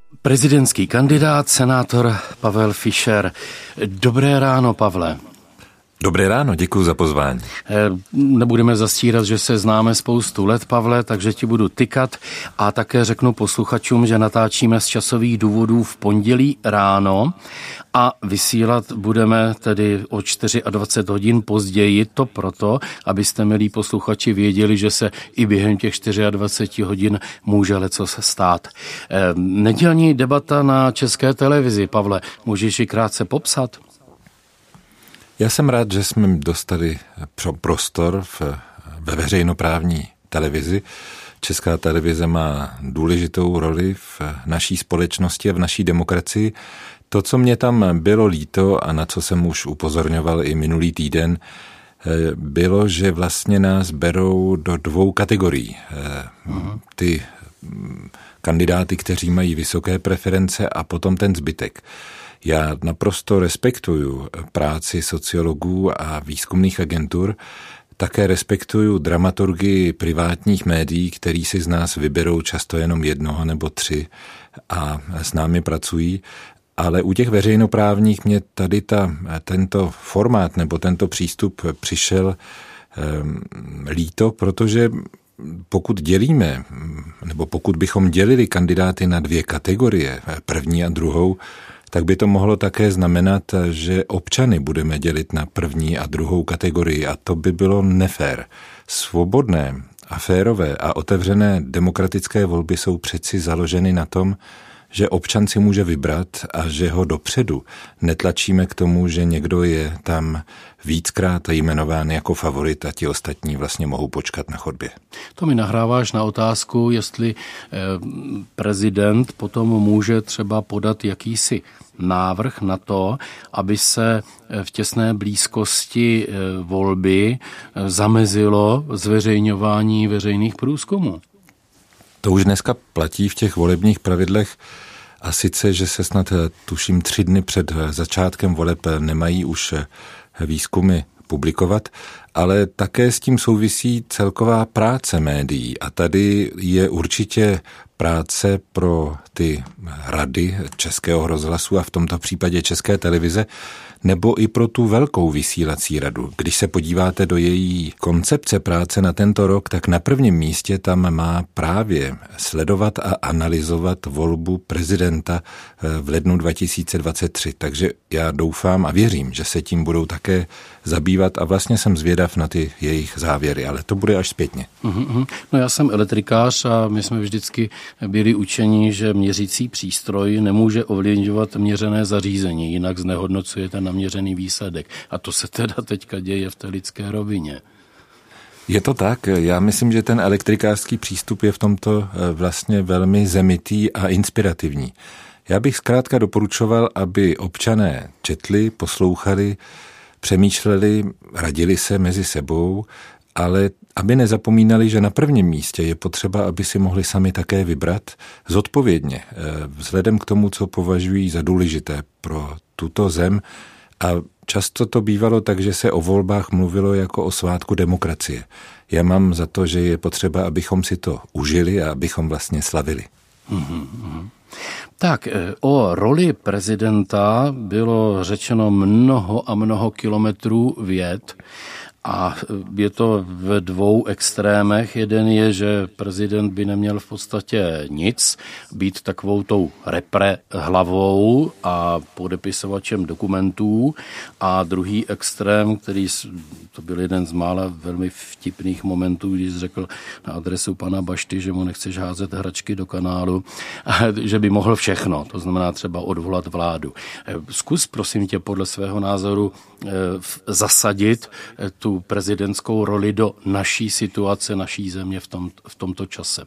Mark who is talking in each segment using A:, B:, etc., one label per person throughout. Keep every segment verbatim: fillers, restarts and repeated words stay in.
A: Prezidentský kandidát, senátor Pavel Fischer. Dobré ráno, Pavle.
B: Dobré ráno, děkuji za pozvání.
A: Nebudeme zastírat, že se známe spoustu let, Pavle, takže ti budu tykat a také řeknu posluchačům, že natáčíme z časových důvodů v pondělí ráno a vysílat budeme tedy o dvacet čtyři hodin později, to proto, abyste, milí posluchači, věděli, že se i během těch dvacet čtyři hodin může lecos stát. Nedělní debata na České televizi, Pavle, můžeš ji krátce popsat?
B: Já jsem rád, že jsme dostali prostor v, ve veřejnoprávní televizi. Česká televize má důležitou roli v naší společnosti a v naší demokracii. To, co mě tam bylo líto a na co jsem už upozorňoval i minulý týden, bylo, že vlastně nás berou do dvou kategorií. Ty kandidáty, kteří mají vysoké preference a potom ten zbytek. Já naprosto respektuju práci sociologů a výzkumných agentur, také respektuju dramaturgii privátních médií, který si z nás vyberou často jenom jednoho nebo tři a s námi pracují, ale u těch veřejnoprávních mě tady ta, tento formát nebo tento přístup přišel um, líto, protože pokud dělíme, nebo pokud bychom dělili kandidáty na dvě kategorie, první a druhou, tak by to mohlo také znamenat, že občany budeme dělit na první a druhou kategorii a to by bylo nefér. Svobodné a férové a otevřené demokratické volby jsou přeci založeny na tom, že občan si může vybrat a že ho dopředu netlačíme k tomu, že někdo je tam víckrát jmenován jako favorit a ti ostatní vlastně mohou počkat na chodbě.
A: To mi nahráváš na otázku, jestli prezident potom může třeba podat jakýsi návrh na to, aby se v těsné blízkosti volby zamezilo zveřejňování veřejných průzkumů.
B: To už dneska platí v těch volebních pravidlech a sice, že se snad tuším tři dny před začátkem voleb nemají už výzkumy publikovat, ale také s tím souvisí celková práce médií a tady je určitě práce pro ty rady Českého rozhlasu a v tomto případě České televize, nebo i pro tu velkou vysílací radu. Když se podíváte do její koncepce práce na tento rok, tak na prvním místě tam má právě sledovat a analyzovat volbu prezidenta v lednu dva tisíce dvacet tři. Takže já doufám a věřím, že se tím budou také zabývat a vlastně jsem zvědav na ty jejich závěry, ale to bude až zpětně.
A: Mm-hmm. No já jsem elektrikář a my jsme vždycky byli učeni, že měřící přístroj nemůže ovlivňovat měřené zařízení, jinak znehodnocujete naměřený výsledek. A to se teda teďka děje v té lidské rovině.
B: Je to tak. Já myslím, že ten elektrikářský přístup je v tomto vlastně velmi zemitý a inspirativní. Já bych zkrátka doporučoval, aby občané četli, poslouchali, přemýšleli, radili se mezi sebou, ale aby nezapomínali, že na prvním místě je potřeba, aby si mohli sami také vybrat zodpovědně, vzhledem k tomu, co považují za důležité pro tuto zem. A často to bývalo tak, že se o volbách mluvilo jako o svátku demokracie. Já mám za to, že je potřeba, abychom si to užili a abychom vlastně slavili.
A: Mm-hmm. Tak, o roli prezidenta bylo řečeno mnoho a mnoho kilometrů vět a je to ve dvou extrémech. Jeden je, že prezident by neměl v podstatě nic, být takovou tou repre hlavou a podepisovačem dokumentů a druhý extrém, který to byl jeden z mála velmi vtipných momentů, když řekl na adresu pana Bašty, že mu nechceš házet hračky do kanálu, že by mohl všechno, to znamená třeba odvolat vládu. Zkus, prosím tě, podle svého názoru zasadit tu prezidentskou roli do naší situace, naší země v, tom, v tomto čase.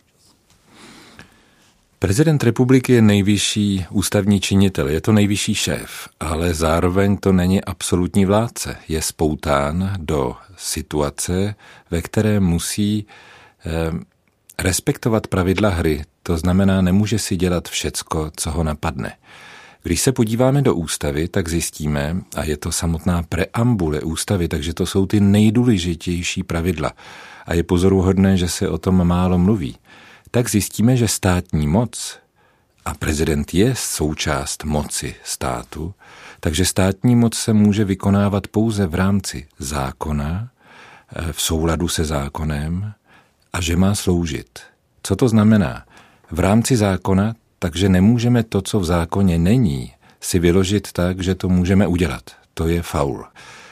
B: Prezident republiky je nejvyšší ústavní činitel, je to nejvyšší šéf, ale zároveň to není absolutní vládce. Je spoután do situace, ve které musí eh, respektovat pravidla hry, to znamená, nemůže si dělat všecko, co ho napadne. Když se podíváme do ústavy, tak zjistíme, a je to samotná preambule ústavy, takže to jsou ty nejdůležitější pravidla. A je pozoruhodné, že se o tom málo mluví. Tak zjistíme, že státní moc a prezident je součást moci státu, takže státní moc se může vykonávat pouze v rámci zákona, v souladu se zákonem a že má sloužit. Co to znamená? V rámci zákona, takže nemůžeme to, co v zákoně není, si vyložit tak, že to můžeme udělat. To je faul.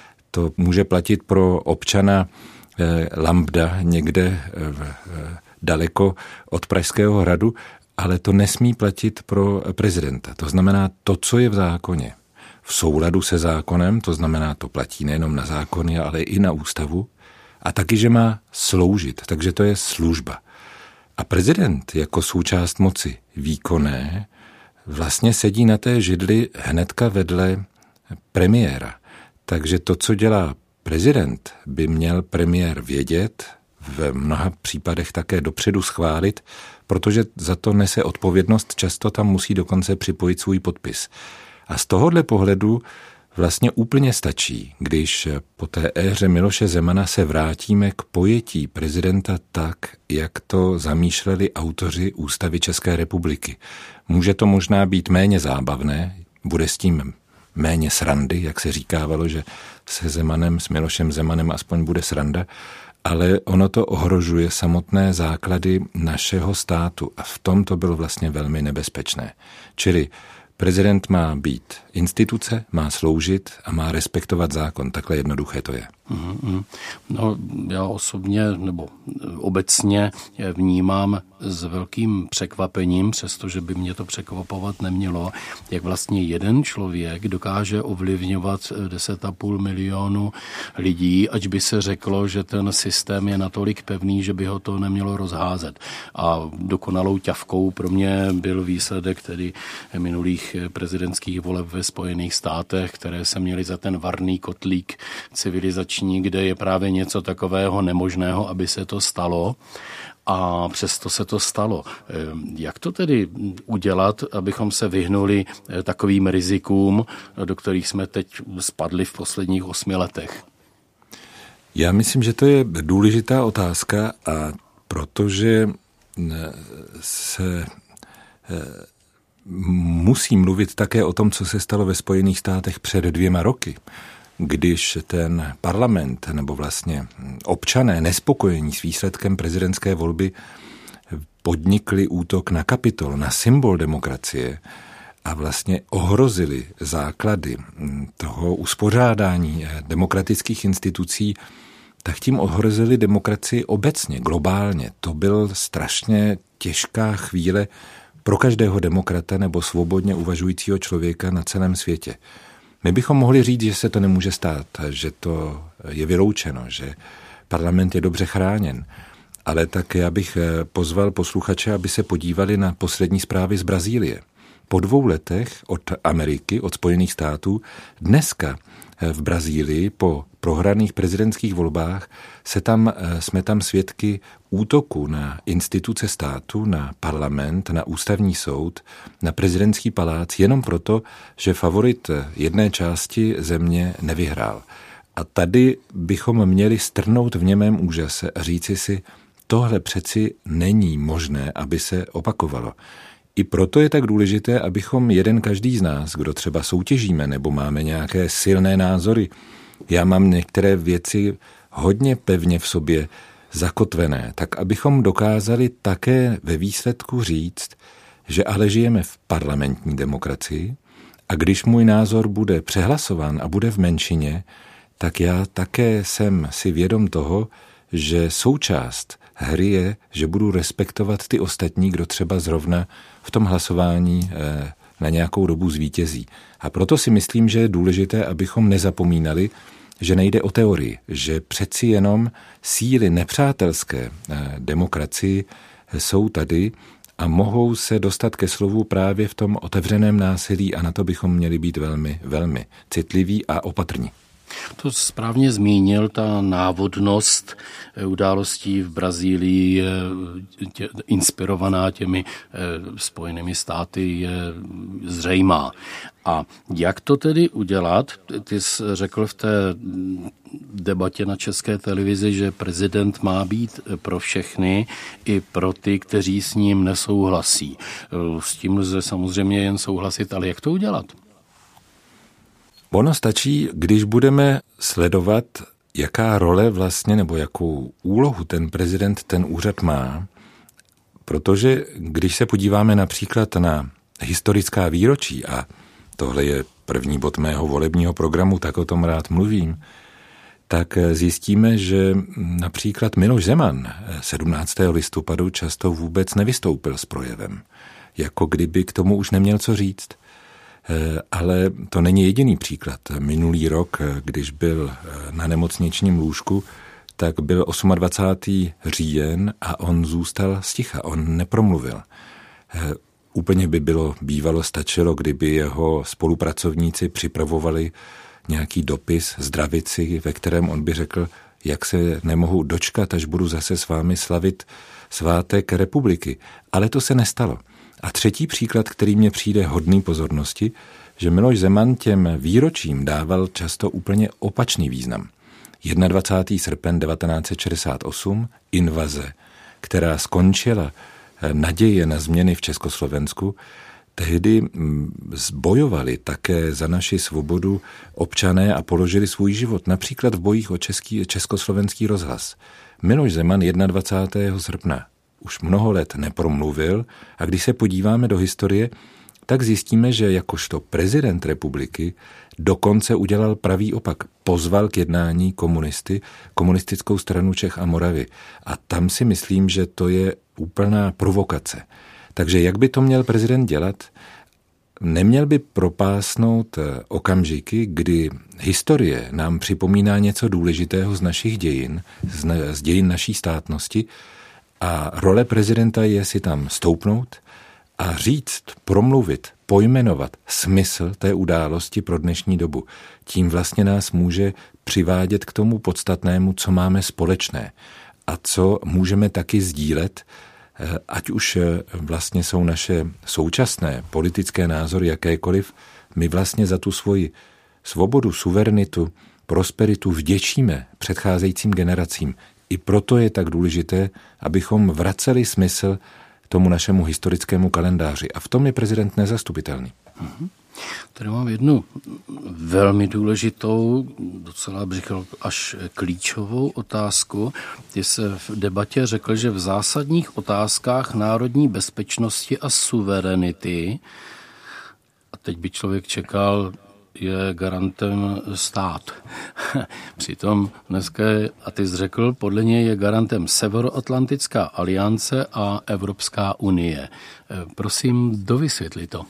B: To může platit pro občana eh, Lambda někde eh, daleko od Pražského hradu, ale to nesmí platit pro prezidenta. To znamená to, co je v zákoně. V souladu se zákonem, to znamená, to platí nejenom na zákony, ale i na ústavu. A taky, že má sloužit, takže to je služba. A prezident jako součást moci výkonné vlastně sedí na té židli hnedka vedle premiéra. Takže to, co dělá prezident, by měl premiér vědět, v mnoha případech také dopředu schválit, protože za to nese odpovědnost, často tam musí dokonce připojit svůj podpis. A z tohohle pohledu vlastně úplně stačí, když po té éře Miloše Zemana se vrátíme k pojetí prezidenta tak, jak to zamýšleli autoři Ústavy České republiky. Může to možná být méně zábavné, bude s tím méně srandy, jak se říkávalo, že se Zemanem, s Milošem Zemanem aspoň bude sranda, ale ono to ohrožuje samotné základy našeho státu a v tom to bylo vlastně velmi nebezpečné. Čili prezident má být instituce, má sloužit a má respektovat zákon. Takhle jednoduché to je.
A: Mm-hmm. No, já osobně nebo obecně vnímám s velkým překvapením, přestože by mě to překvapovat nemělo, jak vlastně jeden člověk dokáže ovlivňovat deset a půl milionu lidí, ať by se řeklo, že ten systém je natolik pevný, že by ho to nemělo rozházet. A dokonalou ťavkou pro mě byl výsledek tedy minulých prezidentských voleb ve Spojených státech, které se měly za ten varný kotlík civilizační, kde je právě něco takového nemožného, aby se to stalo. A přesto se to stalo. Jak to tedy udělat, abychom se vyhnuli takovým rizikům, do kterých jsme teď spadli v posledních osmi letech?
B: Já myslím, že to je důležitá otázka a protože se musí mluvit také o tom, co se stalo ve Spojených státech před dvěma roky, když ten parlament nebo vlastně občané nespokojení s výsledkem prezidentské volby podnikli útok na Kapitol, na symbol demokracie a vlastně ohrozili základy toho uspořádání demokratických institucí, tak tím ohrozili demokracii obecně, globálně. To byl strašně těžká chvíle pro každého demokrata nebo svobodně uvažujícího člověka na celém světě. My bychom mohli říct, že se to nemůže stát, že to je vyloučeno, že parlament je dobře chráněn. Ale tak já bych pozval posluchače, aby se podívali na poslední zprávy z Brazílie. Po dvou letech od Ameriky, od Spojených států, dneska v Brazílii po prohraných prezidentských volbách se tam, jsme tam svědky útoku na instituce státu, na parlament, na ústavní soud, na prezidentský palác, jenom proto, že favorit jedné části země nevyhrál. A tady bychom měli strnout v němém úžase a říci si, tohle přeci není možné, aby se opakovalo. I proto je tak důležité, abychom jeden každý z nás, kdo třeba soutěžíme nebo máme nějaké silné názory, já mám některé věci hodně pevně v sobě zakotvené, tak abychom dokázali také ve výsledku říct, že ale žijeme v parlamentní demokracii a když můj názor bude přehlasován a bude v menšině, tak já také jsem si vědom toho, že součást hry je, že budu respektovat ty ostatní, kdo třeba zrovna v tom hlasování na nějakou dobu zvítězí. A proto si myslím, že je důležité, abychom nezapomínali, že nejde o teorii, že přeci jenom síly nepřátelské demokracii jsou tady a mohou se dostat ke slovu právě v tom otevřeném násilí a na to bychom měli být velmi, velmi citliví a opatrní.
A: To správně zmínil, ta návodnost událostí v Brazílii je tě, inspirovaná těmi Spojenými státy je zřejmá. A jak to tedy udělat? Ty jsi řekl v té debatě na České televizi, že prezident má být pro všechny i pro ty, kteří s ním nesouhlasí. S tím lze samozřejmě jen souhlasit, ale jak to udělat?
B: Ono stačí, když budeme sledovat, jaká role vlastně nebo jakou úlohu ten prezident ten úřad má, protože když se podíváme například na historická výročí, a tohle je první bod mého volebního programu, tak o tom rád mluvím, tak zjistíme, že například Miloš Zeman sedmnáctého listopadu často vůbec nevystoupil s projevem, jako kdyby k tomu už neměl co říct. Ale to není jediný příklad. Minulý rok, když byl na nemocničním lůžku, tak byl dvacátého osmého říjen a on zůstal sticha, on nepromluvil. Úplně by bylo bývalo stačilo, kdyby jeho spolupracovníci připravovali nějaký dopis, zdravici, ve kterém on by řekl, jak se nemohu dočkat, až budu zase s vámi slavit svátek republiky. Ale to se nestalo. A třetí příklad, který mně přijde hodný pozornosti, že Miloš Zeman těm výročím dával často úplně opačný význam. dvacátého prvního srpen devatenáct set šedesát osm, invaze, která skončila naděje na změny v Československu, tehdy bojovali také za naši svobodu občané a položili svůj život, například v bojích o český, československý rozhlas. Miloš Zeman dvacátého prvního srpna už mnoho let nepromluvil a když se podíváme do historie, tak zjistíme, že jakožto prezident republiky dokonce udělal pravý opak. Pozval k jednání komunisty, komunistickou stranu Čech a Moravy. A tam si myslím, že to je úplná provokace. Takže jak by to měl prezident dělat? Neměl by propásnout okamžiky, kdy historie nám připomíná něco důležitého z našich dějin, z dějin naší státnosti, a role prezidenta je si tam stoupnout a říct, promluvit, pojmenovat smysl té události pro dnešní dobu. Tím vlastně nás může přivádět k tomu podstatnému, co máme společné a co můžeme taky sdílet, ať už vlastně jsou naše současné politické názory jakékoliv, my vlastně za tu svoji svobodu, suverenitu, prosperitu vděčíme předcházejícím generacím. I proto je tak důležité, abychom vraceli smysl tomu našemu historickému kalendáři. A v tom je prezident nezastupitelný.
A: Mhm. Tady mám jednu velmi důležitou, docela bych řekl až klíčovou otázku. Ty se v debatě řekl, že v zásadních otázkách národní bezpečnosti a suverenity, a teď by člověk čekal, je garantem stát. Přitom dneska, a ty jsi řekl, podle něj je garantem Severoatlantická aliance a Evropská unie. Prosím, dovysvětli to.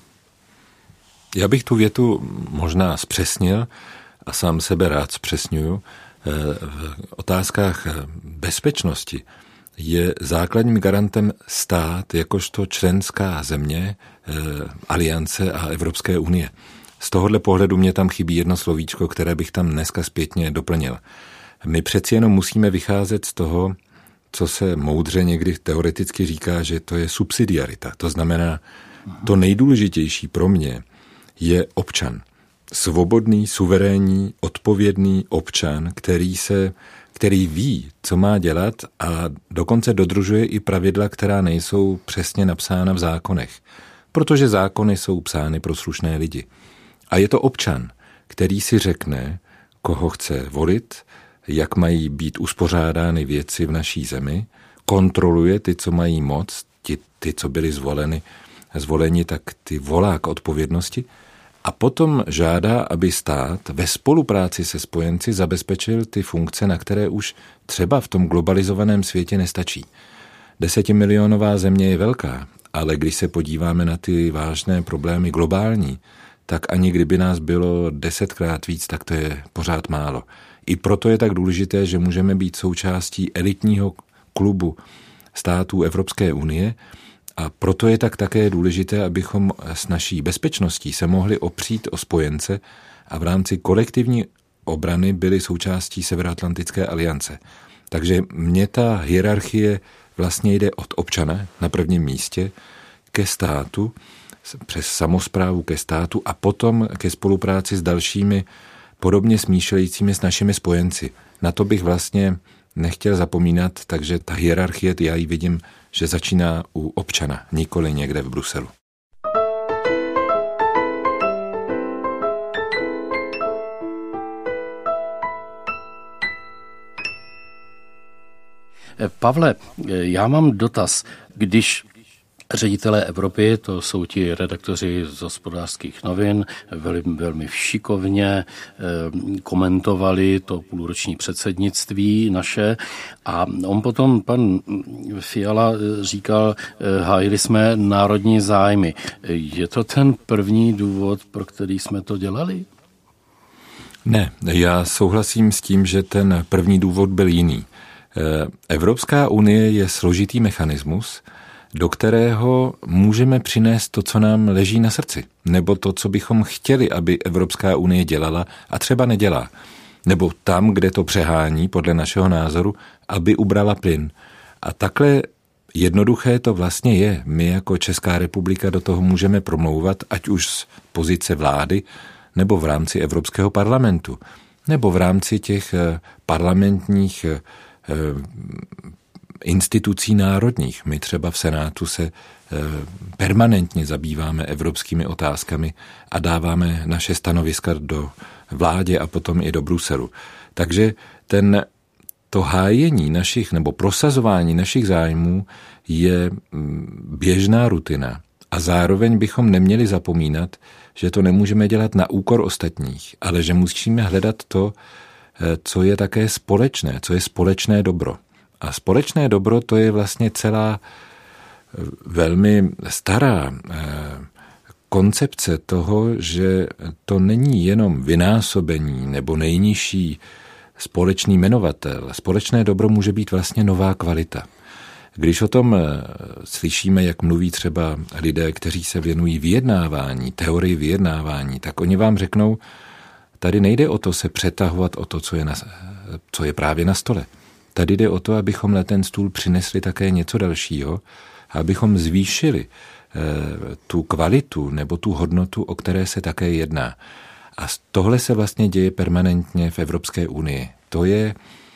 B: Já bych tu větu možná zpřesnil a sám sebe rád zpřesňuju. V otázkách bezpečnosti je základním garantem stát jakožto členská země aliance a Evropské unie. Z tohohle pohledu mě tam chybí jedno slovíčko, které bych tam dneska zpětně doplnil. My přeci jenom musíme vycházet z toho, co se moudře někdy teoreticky říká, že to je subsidiarita. To znamená, to nejdůležitější pro mě je občan. Svobodný, suverénní, odpovědný občan, který se, který ví, co má dělat a dokonce dodržuje i pravidla, která nejsou přesně napsána v zákonech. Protože zákony jsou psány pro slušné lidi. A je to občan, který si řekne, koho chce volit, jak mají být uspořádány věci v naší zemi, kontroluje ty, co mají moc, ty, ty co byli zvoleni, zvoleni, tak ty volá k odpovědnosti a potom žádá, aby stát ve spolupráci se spojenci zabezpečil ty funkce, na které už třeba v tom globalizovaném světě nestačí. Desetimilionová země je velká, ale když se podíváme na ty vážné problémy globální, tak ani kdyby nás bylo desetkrát víc, tak to je pořád málo. I proto je tak důležité, že můžeme být součástí elitního klubu států Evropské unie a proto je tak také důležité, abychom s naší bezpečností se mohli opřít o spojence a v rámci kolektivní obrany byli součástí Severoatlantické aliance. Takže mně ta hierarchie vlastně jde od občana na prvním místě ke státu přes samosprávu ke státu a potom ke spolupráci s dalšími podobně smýšlejícími s našimi spojenci. Na to bych vlastně nechtěl zapomínat, takže ta hierarchie, já ji vidím, že začíná u občana, nikoli někde v Bruselu.
A: Pavle, já mám dotaz. Když ředitelé Evropy, to jsou ti redaktoři z Hospodářských novin, velmi, velmi šikovně komentovali to půlroční předsednictví naše a on potom, pan Fiala, říkal, hájili jsme národní zájmy. Je to ten první důvod, pro který jsme to dělali?
B: Ne, já souhlasím s tím, že ten první důvod byl jiný. Evropská unie je složitý mechanismus, do kterého můžeme přinést to, co nám leží na srdci, nebo to, co bychom chtěli, aby Evropská unie dělala a třeba nedělá. Nebo tam, kde to přehání, podle našeho názoru, aby ubrala plyn. A takhle jednoduché to vlastně je. My jako Česká republika do toho můžeme promlouvat, ať už z pozice vlády, nebo v rámci Evropského parlamentu, nebo v rámci těch parlamentních institucí národních. My třeba v Senátu se permanentně zabýváme evropskými otázkami a dáváme naše stanoviska do vládě a potom i do Bruselu. Takže ten, to hájení našich nebo prosazování našich zájmů je běžná rutina. A zároveň bychom neměli zapomínat, že to nemůžeme dělat na úkor ostatních, ale že musíme hledat to, co je také společné, co je společné dobro. A společné dobro to je vlastně celá velmi stará koncepce toho, že to není jenom vynásobení nebo nejnižší společný jmenovatel. Společné dobro může být vlastně nová kvalita. Když o tom slyšíme, jak mluví třeba lidé, kteří se věnují vyjednávání, teorii vyjednávání, tak oni vám řeknou, tady nejde o to se přetahovat o to, co je, na, co je právě na stole. Tady jde o to, abychom na ten stůl přinesli také něco dalšího a abychom zvýšili eh, tu kvalitu nebo tu hodnotu, o které se také jedná. A tohle se vlastně děje permanentně v Evropské unii. To je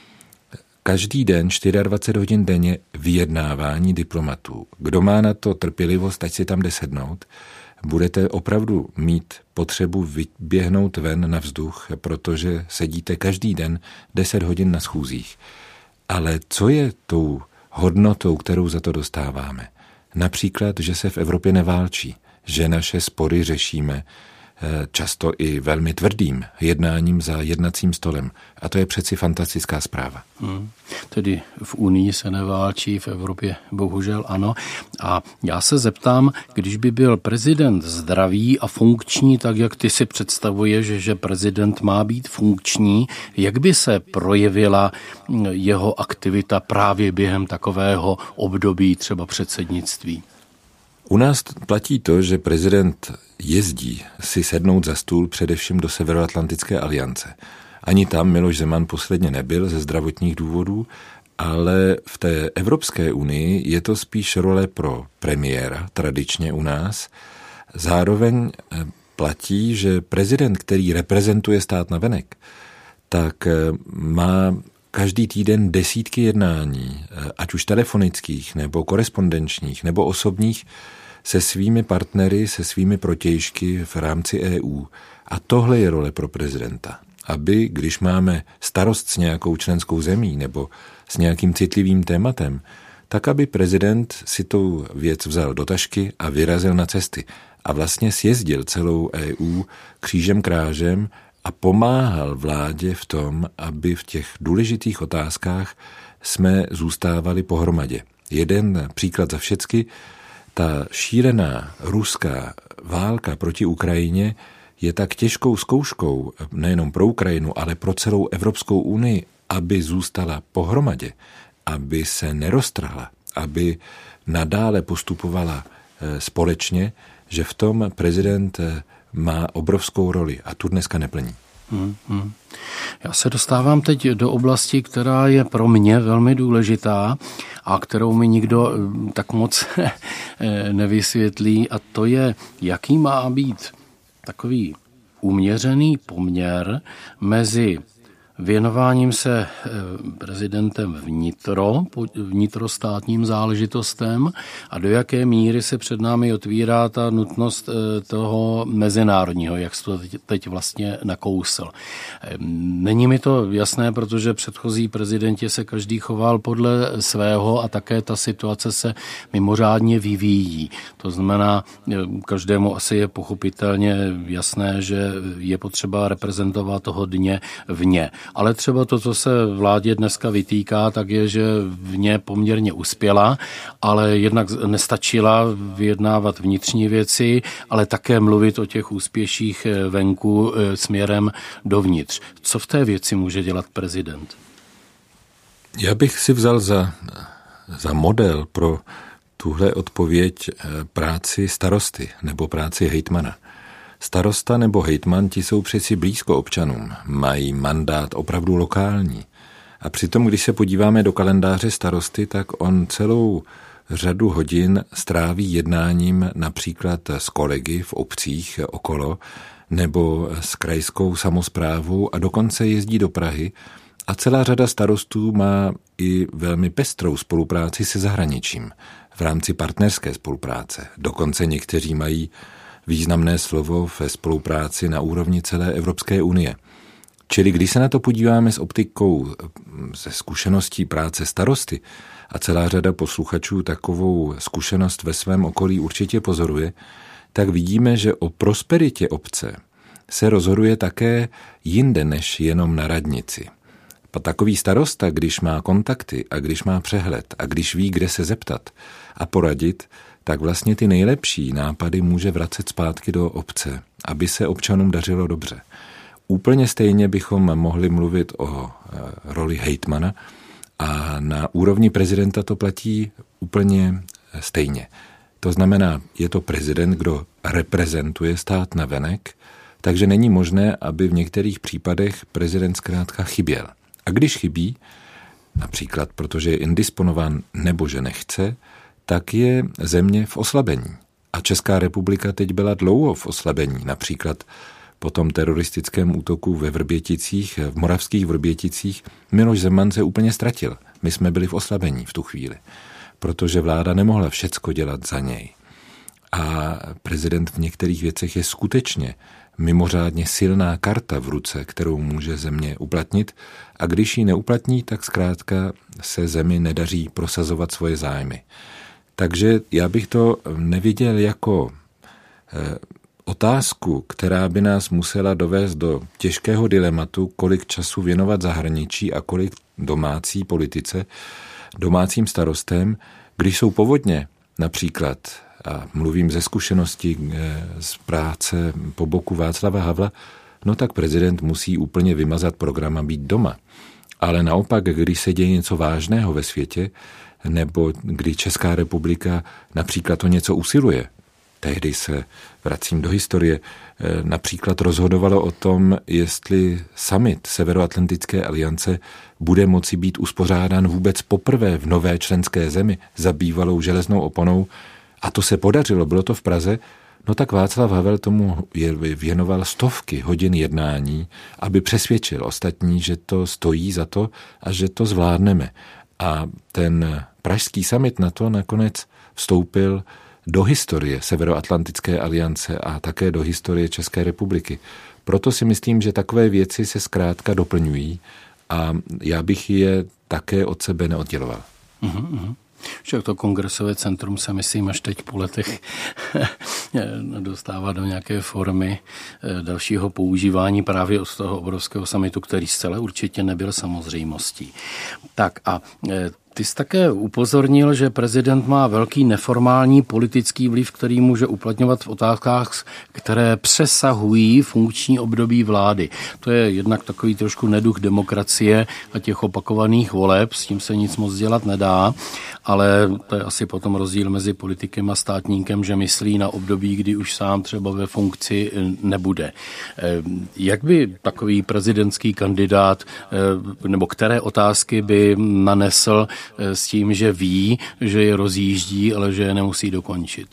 B: každý den, dvacet čtyři hodin denně vyjednávání diplomatů. Kdo má na to trpělivost, ať si tam jde sednout, budete opravdu mít potřebu vyběhnout ven na vzduch, protože sedíte každý den deset hodin na schůzích. Ale co je tou hodnotou, kterou za to dostáváme? Například, že se v Evropě neválčí, že naše spory řešíme často i velmi tvrdým jednáním za jednacím stolem. A to je přeci fantastická zpráva. Hmm.
A: Tedy v Unii se neválčí, v Evropě bohužel ano. A já se zeptám, když by byl prezident zdravý a funkční, tak jak ty si představuješ, že prezident má být funkční, jak by se projevila jeho aktivita právě během takového období třeba předsednictví?
B: U nás platí to, že prezident jezdí si sednout za stůl především do Severoatlantické aliance. Ani tam Miloš Zeman posledně nebyl ze zdravotních důvodů, ale v té Evropské unii je to spíš role pro premiéra, tradičně u nás. Zároveň platí, že prezident, který reprezentuje stát navenek, tak má každý týden desítky jednání, ať už telefonických, nebo korespondenčních, nebo osobních, se svými partnery, se svými protějšky v rámci E U. A tohle je role pro prezidenta. Aby, když máme starost s nějakou členskou zemí nebo s nějakým citlivým tématem, tak aby prezident si tu věc vzal do tašky a vyrazil na cesty. A vlastně sjezdil celou E U křížem krážem a pomáhal vládě v tom, aby v těch důležitých otázkách jsme zůstávali pohromadě. Jeden příklad za všecky, ta šílená ruská válka proti Ukrajině je tak těžkou zkouškou nejenom pro Ukrajinu, ale pro celou Evropskou unii, aby zůstala pohromadě, aby se neroztrhla, aby nadále postupovala společně, že v tom prezident má obrovskou roli a tu dneska neplní.
A: Hmm, hmm. Já se dostávám teď do oblasti, která je pro mě velmi důležitá a kterou mi nikdo tak moc nevysvětlí, a to je, jaký má být takový uměřený poměr mezi věnováním se prezidentem vnitro, vnitrostátním záležitostem a do jaké míry se před námi otvírá ta nutnost toho mezinárodního, jak jsi to teď vlastně nakousl. Není mi to jasné, protože předchozí prezidenti se každý choval podle svého a také ta situace se mimořádně vyvíjí. To znamená, každému asi je pochopitelně jasné, že je potřeba reprezentovat hodně vně. Ale třeba to, co se vládě dneska vytýká, tak je, že v ně poměrně uspěla, ale jednak nestačila vyjednávat vnitřní věci, ale také mluvit o těch úspěších venku směrem dovnitř. Co v té věci může dělat prezident?
B: Já bych si vzal za, za model pro tuhle odpověď práci starosty nebo práci hejtmana. Starosta nebo hejtman, ti jsou přeci blízko občanům, mají mandát opravdu lokální. A přitom, když se podíváme do kalendáře starosty, tak on celou řadu hodin stráví jednáním například s kolegy v obcích okolo nebo s krajskou samosprávou a dokonce jezdí do Prahy. A celá řada starostů má i velmi pestrou spolupráci se zahraničím v rámci partnerské spolupráce. Dokonce někteří mají významné slovo ve spolupráci na úrovni celé Evropské unie. Čili když se na to podíváme s optikou ze zkušeností práce starosty, a celá řada posluchačů takovou zkušenost ve svém okolí určitě pozoruje, tak vidíme, že o prosperitě obce se rozhoduje také jinde než jenom na radnici. A takový starosta, když má kontakty a když má přehled a když ví, kde se zeptat a poradit, tak vlastně ty nejlepší nápady může vracet zpátky do obce, aby se občanům dařilo dobře. Úplně stejně bychom mohli mluvit o roli hejtmana a na úrovni prezidenta to platí úplně stejně. To znamená, je to prezident, kdo reprezentuje stát navenek, takže není možné, aby v některých případech prezident zkrátka chyběl. A když chybí, například protože je indisponován nebo že nechce, tak je země v oslabení. A Česká republika teď byla dlouho v oslabení, například po tom teroristickém útoku ve Vrběticích, v moravských Vrběticích, Miloš Zeman se úplně ztratil. My jsme byli v oslabení v tu chvíli, protože vláda nemohla všecko dělat za něj. A prezident v některých věcech je skutečně mimořádně silná karta v ruce, kterou může země uplatnit, a když ji neuplatní, tak zkrátka se zemi nedaří prosazovat svoje zájmy. Takže já bych to neviděl jako eh, otázku, která by nás musela dovést do těžkého dilematu, kolik času věnovat zahraničí a kolik domácí politice, domácím starostem, když jsou povodně například, a mluvím ze zkušenosti eh, z práce po boku Václava Havla, no tak prezident musí úplně vymazat program a být doma. Ale naopak, když se děje něco vážného ve světě, nebo kdy Česká republika například o něco usiluje. Tehdy se vracím do historie, například rozhodovalo o tom, jestli summit Severoatlantické aliance bude moci být uspořádán vůbec poprvé v nové členské zemi za bývalou železnou oponou, a to se podařilo, bylo to v Praze, no tak Václav Havel tomu věnoval stovky hodin jednání, aby přesvědčil ostatní, že to stojí za to a že to zvládneme. A ten pražský summit na to nakonec vstoupil do historie Severoatlantické aliance a také do historie České republiky. Proto si myslím, že takové věci se zkrátka doplňují a já bych je také od sebe neodděloval.
A: Uhum. Však to kongresové centrum se, myslím, až teď po letech dostává do nějaké formy dalšího používání právě od toho obrovského summitu, který zcela určitě nebyl samozřejmostí. Tak a Ty jsi také upozornil, že prezident má velký neformální politický vliv, který může uplatňovat v otázkách, které přesahují funkční období vlády. To je jednak takový trošku neduch demokracie a těch opakovaných voleb, s tím se nic moc dělat nedá, ale to je asi potom rozdíl mezi politikem a státníkem, že myslí na období, kdy už sám třeba ve funkci nebude. Jak by takový prezidentský kandidát, nebo které otázky by nanesl s tím, že ví, že je rozjíždí, ale že je nemusí dokončit?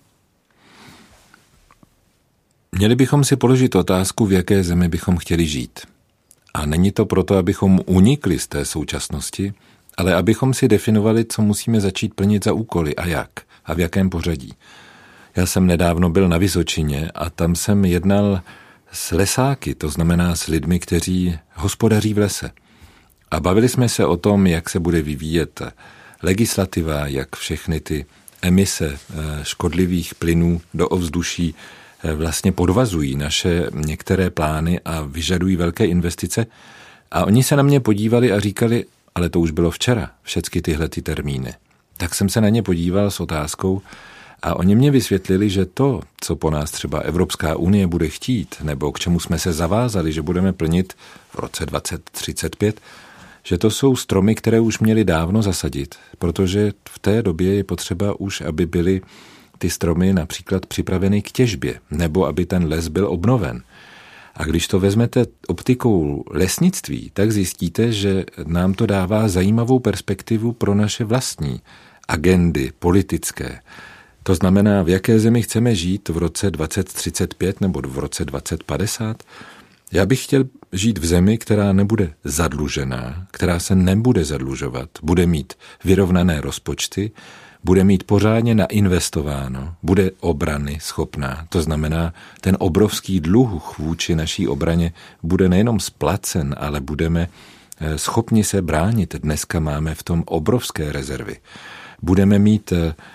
B: Měli bychom si položit otázku, v jaké zemi bychom chtěli žít. A není to proto, abychom unikli z té současnosti, ale abychom si definovali, co musíme začít plnit za úkoly a jak a v jakém pořadí. Já jsem nedávno byl na Vysočině a tam jsem jednal s lesáky, to znamená s lidmi, kteří hospodaří v lese. A bavili jsme se o tom, jak se bude vyvíjet legislativa, jak všechny ty emise škodlivých plynů do ovzduší vlastně podvazují naše některé plány a vyžadují velké investice. A oni se na mě podívali a říkali, ale to už bylo včera, všechny tyhle ty termíny. Tak jsem se na ně podíval s otázkou a oni mě vysvětlili, že to, co po nás třeba Evropská unie bude chtít, nebo k čemu jsme se zavázali, že budeme plnit v roce dvacet třicet pět, že to jsou stromy, které už měli dávno zasadit, protože v té době je potřeba už, aby byly ty stromy například připraveny k těžbě, nebo aby ten les byl obnoven. A když to vezmete optikou lesnictví, tak zjistíte, že nám to dává zajímavou perspektivu pro naše vlastní agendy politické. To znamená, v jaké zemi chceme žít v roce dvacet třicet pět nebo v roce dvacet padesát. Já bych chtěl žít v zemi, která nebude zadlužená, která se nebude zadlužovat, bude mít vyrovnané rozpočty, bude mít pořádně nainvestováno, bude obrany schopná. To znamená, ten obrovský dluh vůči naší obraně bude nejenom splacen, ale budeme schopni se bránit. Dneska máme v tom obrovské rezervy. Budeme mít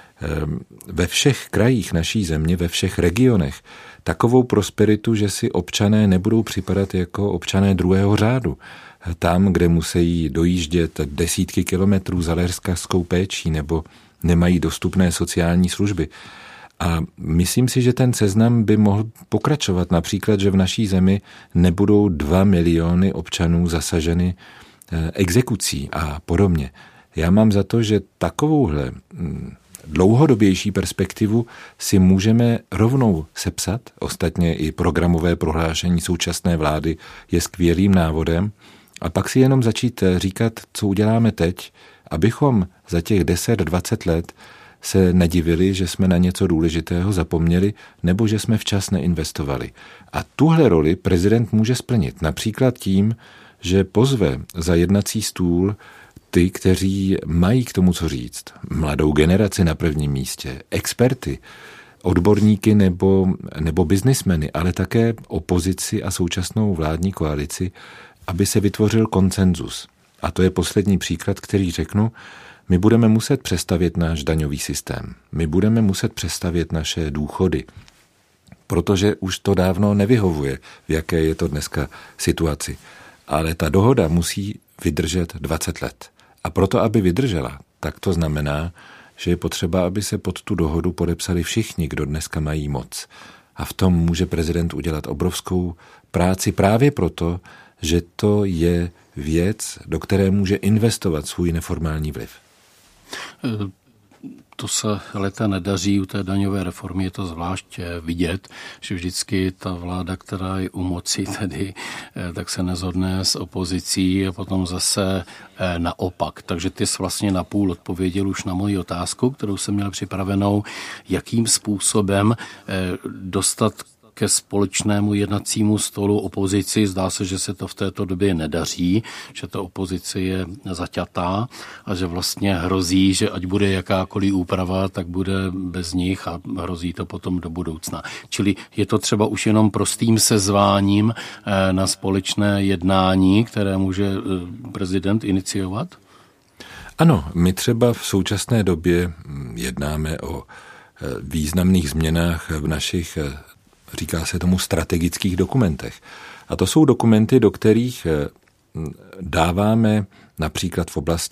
B: ve všech krajích naší země, ve všech regionech takovou prosperitu, že si občané nebudou připadat jako občané druhého řádu. Tam, kde musí dojíždět desítky kilometrů za lékařskou péčí nebo nemají dostupné sociální služby. A myslím si, že ten seznam by mohl pokračovat. Například, že v naší zemi nebudou dva miliony občanů zasaženy exekucí a podobně. Já mám za to, že takovouhle dlouhodobější perspektivu si můžeme rovnou sepsat. Ostatně i programové prohlášení současné vlády je skvělým návodem. A pak si jenom začít říkat, co uděláme teď, abychom za těch deset dvacet let se nedivili, že jsme na něco důležitého zapomněli nebo že jsme včas neinvestovali. A tuhle roli prezident může splnit například tím, že pozve za jednací stůl ty, kteří mají k tomu co říct. Mladou generaci na prvním místě, experty, odborníky nebo, nebo biznismeny, ale také opozici a současnou vládní koalici, aby se vytvořil konsenzus. A to je poslední příklad, který řeknu, my budeme muset přestavět náš daňový systém. My budeme muset přestavět naše důchody, protože už to dávno nevyhovuje, v jaké je to dneska situaci. Ale ta dohoda musí vydržet dvacet let. A proto, aby vydržela, tak to znamená, že je potřeba, aby se pod tu dohodu podepsali všichni, kdo dneska mají moc. A v tom může prezident udělat obrovskou práci právě proto, že to je věc, do které může investovat svůj neformální vliv.
A: To se leta nedaří, u té daňové reformy je to zvlášť vidět, že vždycky ta vláda, která je u moci tedy, tak se nezhodne s opozicí a potom zase naopak. Takže ty jsi vlastně napůl odpověděl už na moji otázku, kterou jsem měl připravenou, jakým způsobem dostat ke společnému jednacímu stolu opozici. Zdá se, že se to v této době nedaří, že ta opozice je zaťatá a že vlastně hrozí, že ať bude jakákoliv úprava, tak bude bez nich a hrozí to potom do budoucna. Čili je to třeba už jenom prostým sezváním na společné jednání, které může prezident iniciovat?
B: Ano, my třeba v současné době jednáme o významných změnách v našich, říká se tomu, strategických dokumentech. A to jsou dokumenty, do kterých dáváme například v oblasti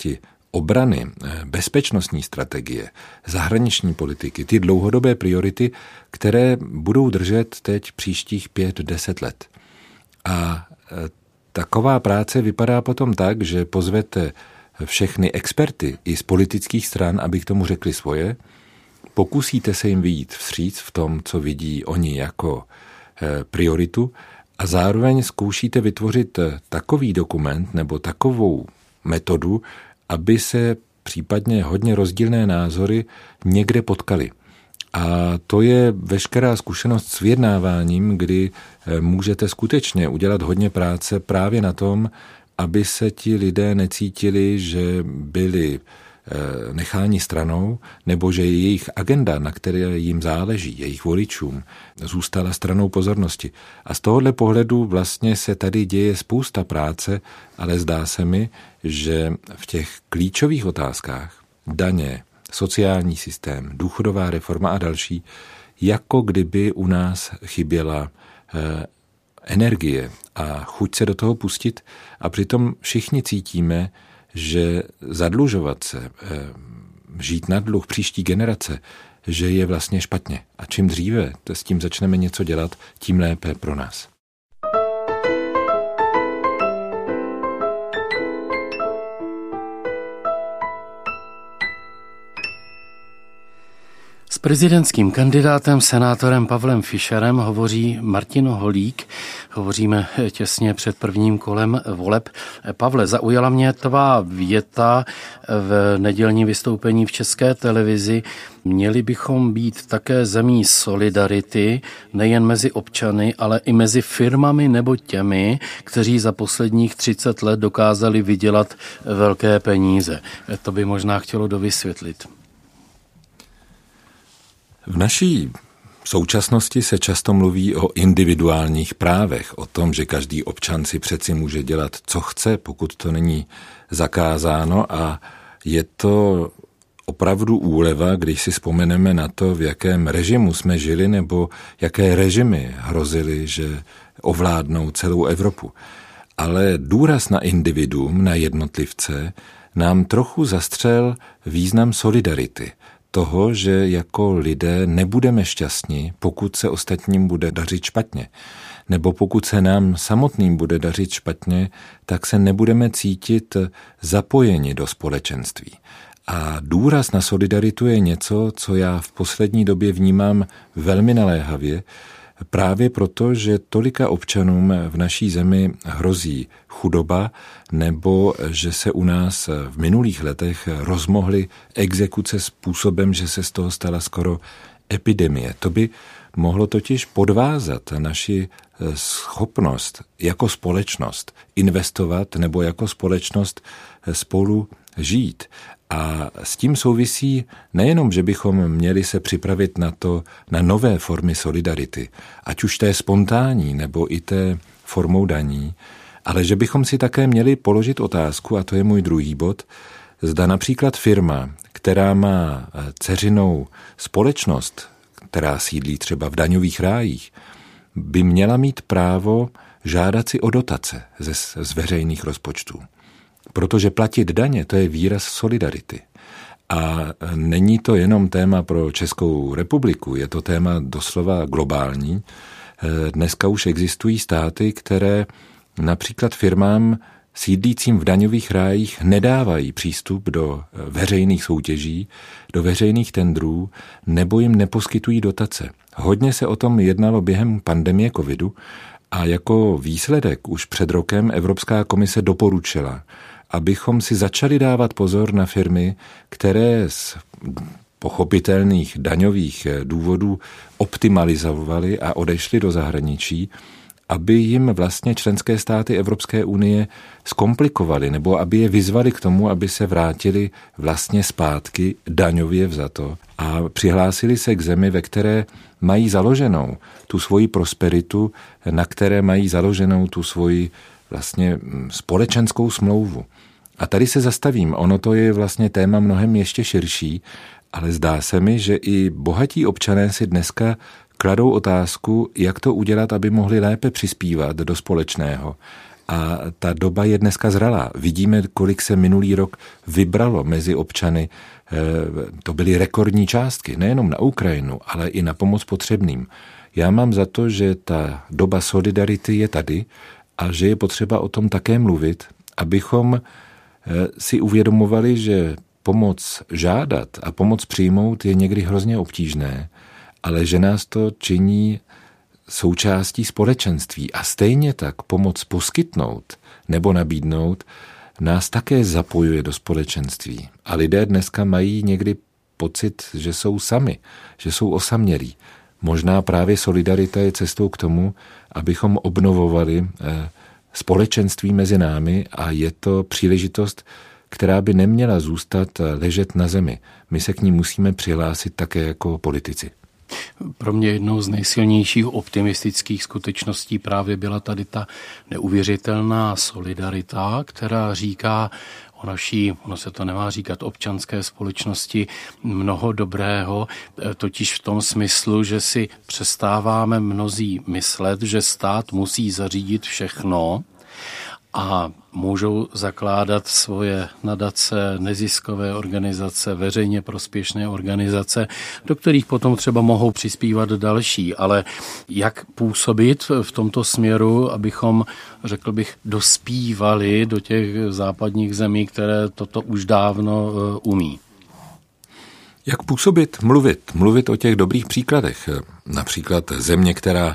B: obrany, bezpečnostní strategie, zahraniční politiky, ty dlouhodobé priority, které budou držet teď příštích pět, deset let. A taková práce vypadá potom tak, že pozvete všechny experty i z politických stran, aby k tomu řekli svoje, pokusíte se jim vyjít vstříc v tom, co vidí oni jako prioritu a zároveň zkoušíte vytvořit takový dokument nebo takovou metodu, aby se případně hodně rozdílné názory někde potkaly. A to je veškerá zkušenost s vyjednáváním, kdy můžete skutečně udělat hodně práce právě na tom, aby se ti lidé necítili, že byli necháni stranou, nebo že jejich agenda, na které jim záleží, jejich voličům, zůstala stranou pozornosti. A z tohohle pohledu vlastně se tady děje spousta práce, ale zdá se mi, že v těch klíčových otázkách, daně, sociální systém, důchodová reforma a další, jako kdyby u nás chyběla eh, energie a chuť se do toho pustit a přitom všichni cítíme, že zadlužovat se, žít na dluh příští generace, že je vlastně špatně. A čím dříve s tím začneme něco dělat, tím lépe pro nás.
A: S prezidentským kandidátem, senátorem Pavlem Fischerem hovoří Martin Holík. Hovoříme těsně před prvním kolem voleb. Pavle, zaujala mě tvá věta v nedělním vystoupení v České televizi. Měli bychom být také zemí solidarity, nejen mezi občany, ale i mezi firmami nebo těmi, kteří za posledních třicet let dokázali vydělat velké peníze. To by možná chtělo dovysvětlit.
B: V naší současnosti se často mluví o individuálních právech, o tom, že každý občan si přeci může dělat, co chce, pokud to není zakázáno a je to opravdu úleva, když si vzpomeneme na to, v jakém režimu jsme žili nebo jaké režimy hrozily, že ovládnou celou Evropu. Ale důraz na individuum, na jednotlivce, nám trochu zastřel význam solidarity. Toho, že jako lidé nebudeme šťastní, pokud se ostatním bude dařit špatně. Nebo pokud se nám samotným bude dařit špatně, tak se nebudeme cítit zapojeni do společenství. A důraz na solidaritu je něco, co já v poslední době vnímám velmi naléhavě, právě proto, že tolika občanům v naší zemi hrozí chudoba, nebo že se u nás v minulých letech rozmohly exekuce způsobem, že se z toho stala skoro epidemie. To by mohlo totiž podvázat naši schopnost jako společnost investovat nebo jako společnost spolu žít. A s tím souvisí nejenom, že bychom měli se připravit na to, na nové formy solidarity, ať už té spontánní nebo i té formou daní, ale že bychom si také měli položit otázku, a to je můj druhý bod, zda například firma, která má dceřinou společnost, která sídlí třeba v daňových rájích, by měla mít právo žádat si o dotace ze, z veřejných rozpočtů. Protože platit daně, to je výraz solidarity. A není to jenom téma pro Českou republiku, je to téma doslova globální. Dneska už existují státy, které například firmám sídlícím v daňových rájích nedávají přístup do veřejných soutěží, do veřejných tendrů, nebo jim neposkytují dotace. Hodně se o tom jednalo během pandemie covidu a jako výsledek už před rokem Evropská komise doporučila, abychom si začali dávat pozor na firmy, které z pochopitelných daňových důvodů optimalizovaly a odešly do zahraničí, aby jim vlastně členské státy Evropské unie zkomplikovaly nebo aby je vyzvali k tomu, aby se vrátili vlastně zpátky daňově vzato a přihlásili se k zemi, ve které mají založenou tu svoji prosperitu, na které mají založenou tu svoji vlastně společenskou smlouvu. A tady se zastavím, ono to je vlastně téma mnohem ještě širší, ale zdá se mi, že i bohatí občané si dneska kladou otázku, jak to udělat, aby mohli lépe přispívat do společného. A ta doba je dneska zralá. Vidíme, kolik se minulý rok vybralo mezi občany. To byly rekordní částky, nejenom na Ukrajinu, ale i na pomoc potřebným. Já mám za to, že ta doba solidarity je tady a že je potřeba o tom také mluvit, abychom si uvědomovali, že pomoc žádat a pomoc přijmout je někdy hrozně obtížné, ale že nás to činí součástí společenství a stejně tak pomoc poskytnout nebo nabídnout nás také zapojuje do společenství. A lidé dneska mají někdy pocit, že jsou sami, že jsou osamělí. Možná právě solidarita je cestou k tomu, abychom obnovovali společenství mezi námi a je to příležitost, která by neměla zůstat ležet na zemi. My se k ní musíme přihlásit také jako politici.
A: Pro mě jednou z nejsilnějších optimistických skutečností právě byla tady ta neuvěřitelná solidarita, která říká o naší, ono se to nemá říkat, občanské společnosti mnoho dobrého, totiž v tom smyslu, že si přestáváme mnozí myslet, že stát musí zařídit všechno a můžou zakládat svoje nadace, neziskové organizace, veřejně prospěšné organizace, do kterých potom třeba mohou přispívat další. Ale jak působit v tomto směru, abychom, řekl bych, dospívali do těch západních zemí, které toto už dávno umí?
B: Jak působit? Mluvit. Mluvit o těch dobrých příkladech. Například země, která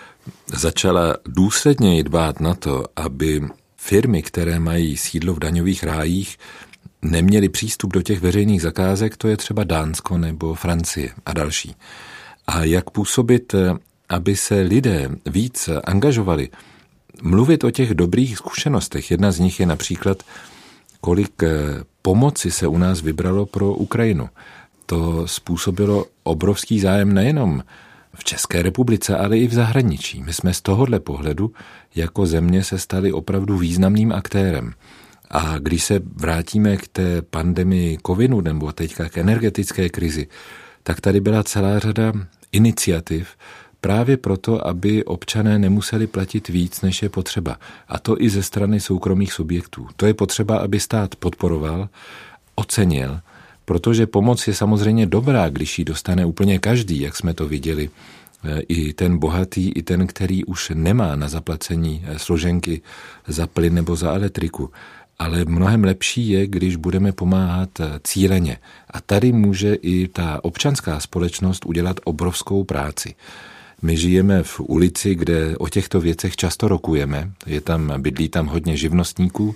B: začala důsledněji dbát na to, aby firmy, které mají sídlo v daňových rájích, neměly přístup do těch veřejných zakázek, to je třeba Dánsko nebo Francie a další. A jak působit, aby se lidé víc angažovali? Mluvit o těch dobrých zkušenostech. Jedna z nich je například, kolik pomoci se u nás vybralo pro Ukrajinu. To způsobilo obrovský zájem nejenom v České republice, ale i v zahraničí. My jsme z tohohle pohledu jako země se stali opravdu významným aktérem. A když se vrátíme k té pandemii covidu nebo teďka k energetické krizi, tak tady byla celá řada iniciativ právě proto, aby občané nemuseli platit víc, než je potřeba. A to i ze strany soukromých subjektů. To je potřeba, aby stát podporoval, ocenil, protože pomoc je samozřejmě dobrá, když ji dostane úplně každý, jak jsme to viděli, i ten bohatý, i ten, který už nemá na zaplacení složenky za plyn nebo za elektriku. Ale mnohem lepší je, když budeme pomáhat cíleně. A tady může i ta občanská společnost udělat obrovskou práci. My žijeme v ulici, kde o těchto věcech často rokujeme, je tam, bydlí tam hodně živnostníků,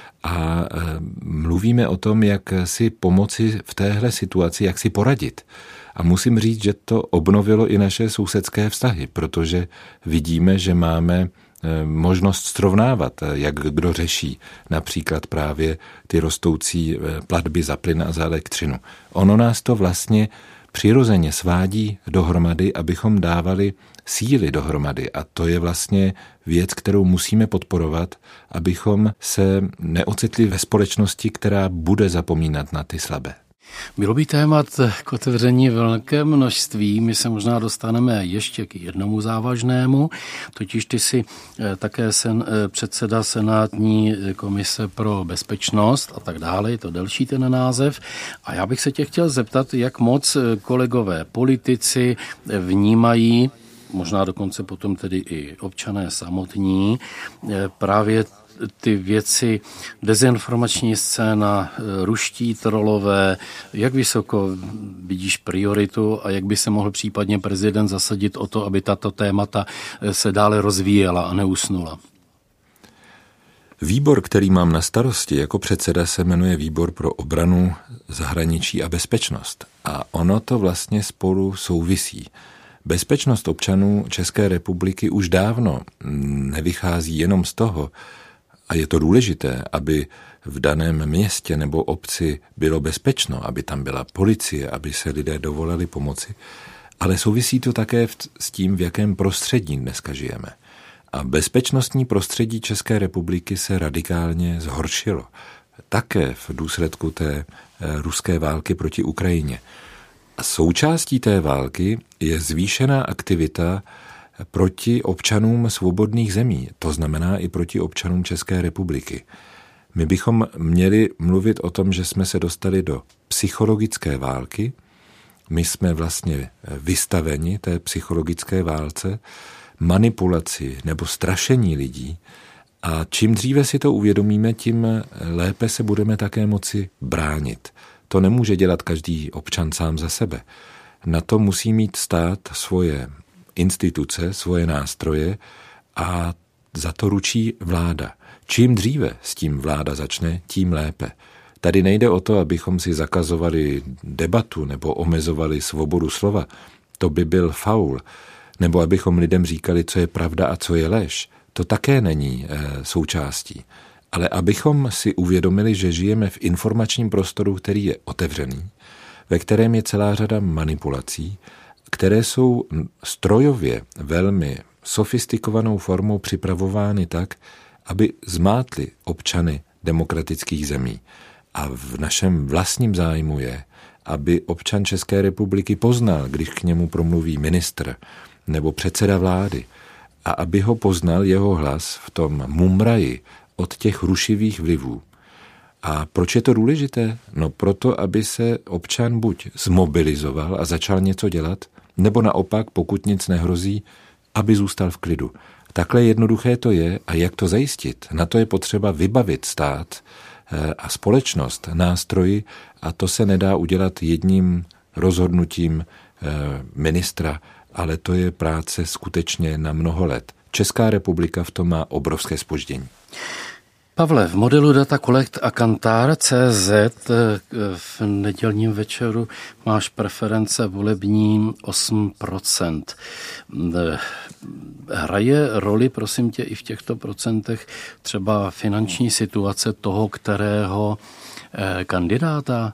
B: a mluvíme o tom, jak si pomoci v téhle situaci, jak si poradit. A musím říct, že to obnovilo i naše sousedské vztahy, protože vidíme, že máme možnost srovnávat, jak kdo řeší například právě ty rostoucí platby za plyn a za elektřinu. Ono nás to vlastně přirozeně svádí dohromady, abychom dávali síly dohromady. A to je vlastně věc, kterou musíme podporovat, abychom se neocitli ve společnosti, která bude zapomínat na ty slabé.
A: Bylo by témat k otevření velké množství. My se možná dostaneme ještě k jednomu závažnému, totiž ty jsi také sen, předseda Senátní komise pro bezpečnost a tak dále, je to delší ten název. A já bych se tě chtěl zeptat, jak moc kolegové politici vnímají, možná dokonce potom tedy i občané samotní, právě ty věci, dezinformační scéna, ruští trolové, jak vysoko vidíš prioritu a jak by se mohl případně prezident zasadit o to, aby tato témata se dále rozvíjela a neusnula?
B: Výbor, který mám na starosti jako předseda, se jmenuje Výbor pro obranu, zahraničí a bezpečnost. A ono to vlastně spolu souvisí. Bezpečnost občanů České republiky už dávno nevychází jenom z toho, a je to důležité, aby v daném městě nebo obci bylo bezpečno, aby tam byla policie, aby se lidé dovolali pomoci, ale souvisí to také s tím, v jakém prostředí dneska žijeme. A bezpečnostní prostředí České republiky se radikálně zhoršilo. Také v důsledku té ruské války proti Ukrajině. A součástí té války je zvýšená aktivita proti občanům svobodných zemí, to znamená i proti občanům České republiky. My bychom měli mluvit o tom, že jsme se dostali do psychologické války, my jsme vlastně vystaveni té psychologické válce, manipulaci nebo strašení lidí a čím dříve si to uvědomíme, tím lépe se budeme také moci bránit. To nemůže dělat každý občan sám za sebe. Na to musí mít stát svoje instituce, svoje nástroje a za to ručí vláda. Čím dříve s tím vláda začne, tím lépe. Tady nejde o to, abychom si zakazovali debatu nebo omezovali svobodu slova. To by byl faul. Nebo abychom lidem říkali, co je pravda a co je lež. To také není e, součástí. Ale abychom si uvědomili, že žijeme v informačním prostoru, který je otevřený, ve kterém je celá řada manipulací, které jsou strojově velmi sofistikovanou formou připravovány tak, aby zmátli občany demokratických zemí. A v našem vlastním zájmu je, aby občan České republiky poznal, když k němu promluví ministr nebo předseda vlády, a aby ho poznal jeho hlas v tom mumraji od těch rušivých vlivů. A proč je to důležité? No proto, aby se občan buď zmobilizoval a začal něco dělat, nebo naopak, pokud nic nehrozí, aby zůstal v klidu. Takhle jednoduché to je a jak to zajistit? Na to je potřeba vybavit stát a společnost nástroji a to se nedá udělat jedním rozhodnutím ministra, ale to je práce skutečně na mnoho let. Česká republika v tom má obrovské zpoždění.
A: Pavle, v modelu Data Collect a Kantar tečka cé zet v nedělním večeru máš preference volební osm procent. Hraje roli, prosím tě, i v těchto procentech třeba finanční situace toho, kterého kandidáta?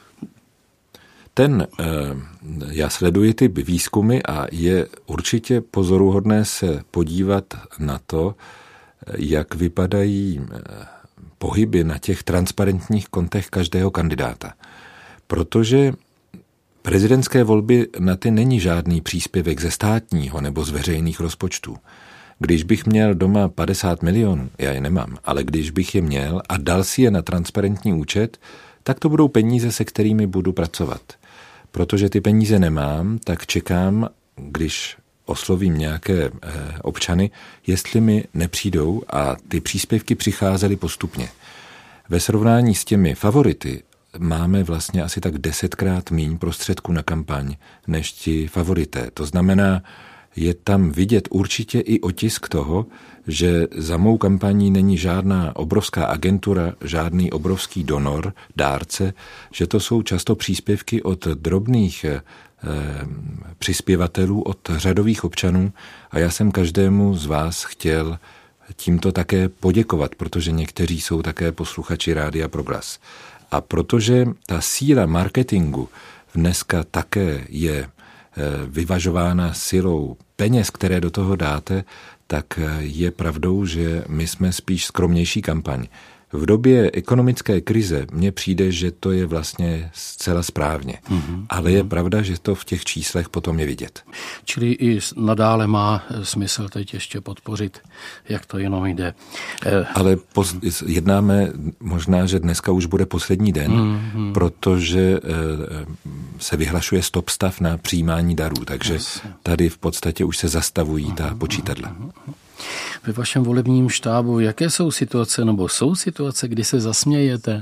B: Ten, já sleduji ty výzkumy a je určitě pozoruhodné se podívat na to, jak vypadají pohyby na těch transparentních kontech každého kandidáta. Protože prezidentské volby na ty není žádný příspěvek ze státního nebo z veřejných rozpočtů. Když bych měl doma padesát milionů, já je nemám, ale když bych je měl a dal si je na transparentní účet, tak to budou peníze, se kterými budu pracovat. Protože ty peníze nemám, tak čekám, když oslovím nějaké občany, jestli mi nepřijdou a ty příspěvky přicházely postupně. Ve srovnání s těmi favority máme vlastně asi tak desetkrát míň prostředků na kampaň než ti favorité. To znamená, je tam vidět určitě i otisk toho, že za mou kampaní není žádná obrovská agentura, žádný obrovský donor, dárce, že to jsou často příspěvky od drobných eh, přispěvatelů, od řadových občanů a já jsem každému z vás chtěl tímto také poděkovat, protože někteří jsou také posluchači Rádia Proglas. A protože ta síla marketingu dneska také je vyvažována silou peněz, které do toho dáte, tak je pravdou, že my jsme spíš skromnější kampaň. V době ekonomické krize mně přijde, že to je vlastně zcela správně. Mm-hmm. Ale je pravda, že to v těch číslech potom je vidět.
A: Čili i nadále má smysl teď ještě podpořit, jak to jenom jde.
B: Ale pos- jednáme možná, že dneska už bude poslední den, mm-hmm. protože se vyhlašuje stop stav na přijímání darů, takže yes. tady v podstatě už se zastavují ta počítadla. Mm-hmm.
A: Ve vašem volebním štábu, jaké jsou situace, nebo jsou situace, kdy se zasmějete?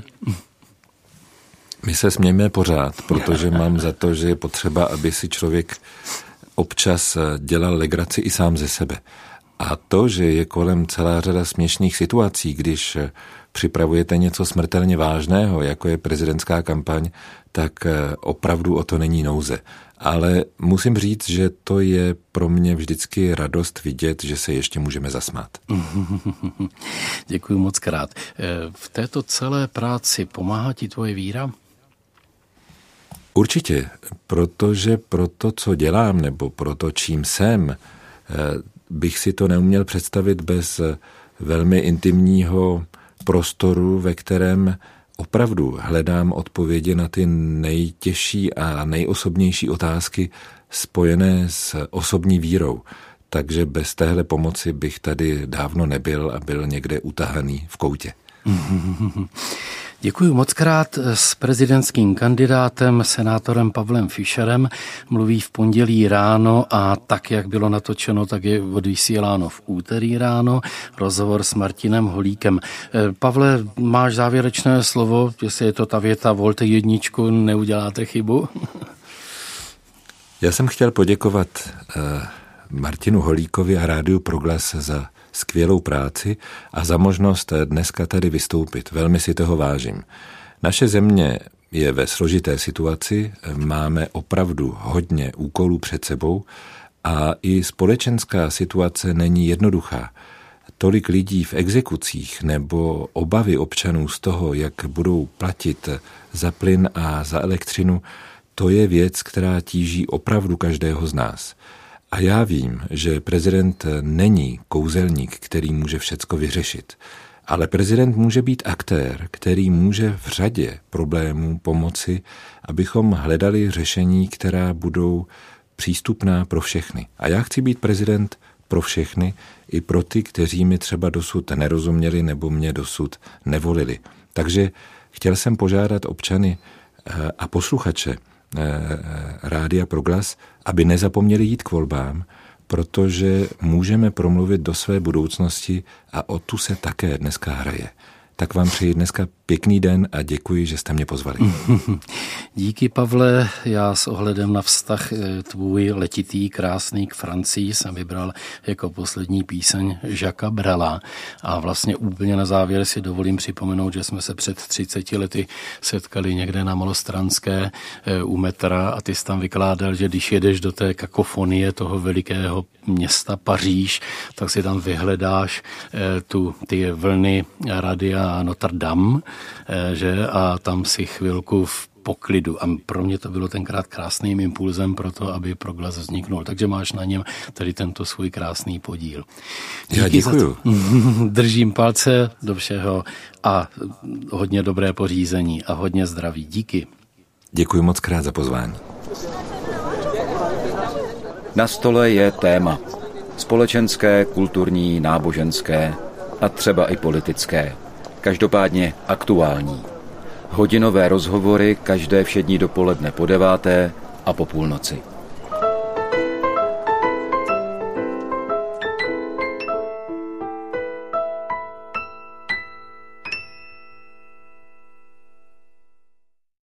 B: My se smějeme pořád, protože mám za to, že je potřeba, aby si člověk občas dělal legraci i sám ze sebe. A to, že je kolem celá řada směšných situací, když připravujete něco smrtelně vážného, jako je prezidentská kampaň, tak opravdu o to není nouze. Ale musím říct, že to je pro mě vždycky radost vidět, že se ještě můžeme zasmát.
A: Děkuji moc krát. V této celé práci pomáhá ti tvoje víra?
B: Určitě, protože pro to, co dělám, nebo pro to, čím jsem, bych si to neuměl představit bez velmi intimního prostoru, ve kterém opravdu hledám odpovědi na ty nejtěžší a nejosobnější otázky spojené s osobní vírou. takže bez téhle pomoci bych tady dávno nebyl a byl někde utahaný v koutě.
A: Děkuji moc krát. S prezidentským kandidátem, senátorem Pavlem Fischerem mluví v pondělí ráno a tak, jak bylo natočeno, tak je odvysíláno v úterý ráno. Rozhovor s Martinem Holíkem. Pavle, máš závěrečné slovo, jestli je to ta věta, volte jedničku, neuděláte chybu?
B: Já jsem chtěl poděkovat uh, Martinu Holíkovi a Rádiu Proglas za skvělou práci a za možnost dneska tady vystoupit. Velmi si toho vážím. Naše země je ve složité situaci, máme opravdu hodně úkolů před sebou a i společenská situace není jednoduchá. Tolik lidí v exekucích nebo obavy občanů z toho, jak budou platit za plyn a za elektřinu, to je věc, která tíží opravdu každého z nás. A já vím, že prezident není kouzelník, který může všecko vyřešit, ale prezident může být aktér, který může v řadě problémů pomoci, abychom hledali řešení, která budou přístupná pro všechny. A já chci být prezident pro všechny, i pro ty, kteří mi třeba dosud nerozuměli nebo mě dosud nevolili. Takže chtěl jsem požádat občany a posluchače Rádia Proglas, aby nezapomněli jít k volbám, protože můžeme promluvit do své budoucnosti a o tu se také dneska hraje. Tak vám přeji dneska pěkný den a děkuji, že jste mě pozvali.
A: Díky, Pavle. Já s ohledem na vztah tvůj letitý, krásný k Francii jsem vybral jako poslední píseň Jacquesa Brela. A vlastně úplně na závěr si dovolím připomenout, že jsme se před třiceti lety setkali někde na Malostranské u metra a ty jsi tam vykládal, že když jedeš do té kakofonie toho velikého města Paříž, tak si tam vyhledáš tu, ty vlny Radia Notre Dame, že a tam si chvilku v poklidu. A pro mě to bylo tenkrát krásným impulzem pro to, aby Proglas vzniknul. Takže máš na něm tady tento svůj krásný podíl.
B: Díky. Já děkuju.
A: Držím palce do všeho a hodně dobré pořízení a hodně zdraví. Díky.
B: Děkuji moc krát za pozvání.
C: Na stole je téma. Společenské, kulturní, náboženské a třeba i politické. Každopádně aktuální. Hodinové rozhovory každé všední dopoledne po deváté a po půlnoci.